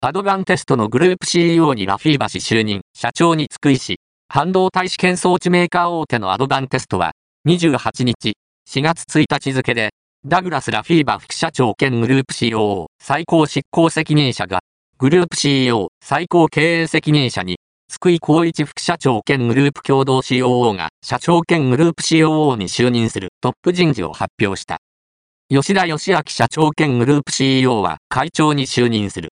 アドバンテストのグループ CEO にラフィーバ氏就任、社長に津久井氏。半導体試験装置メーカー大手のアドバンテストは、28日、4月1日付で、ダグラス・ラフィーバ副社長兼グループ COO、最高執行責任者が、グループ CEO、最高経営責任者に、津久井浩一副社長兼グループ共同 COO が、社長兼グループ COO に就任するトップ人事を発表した。吉田義明社長兼グループ CEO は会長に就任する。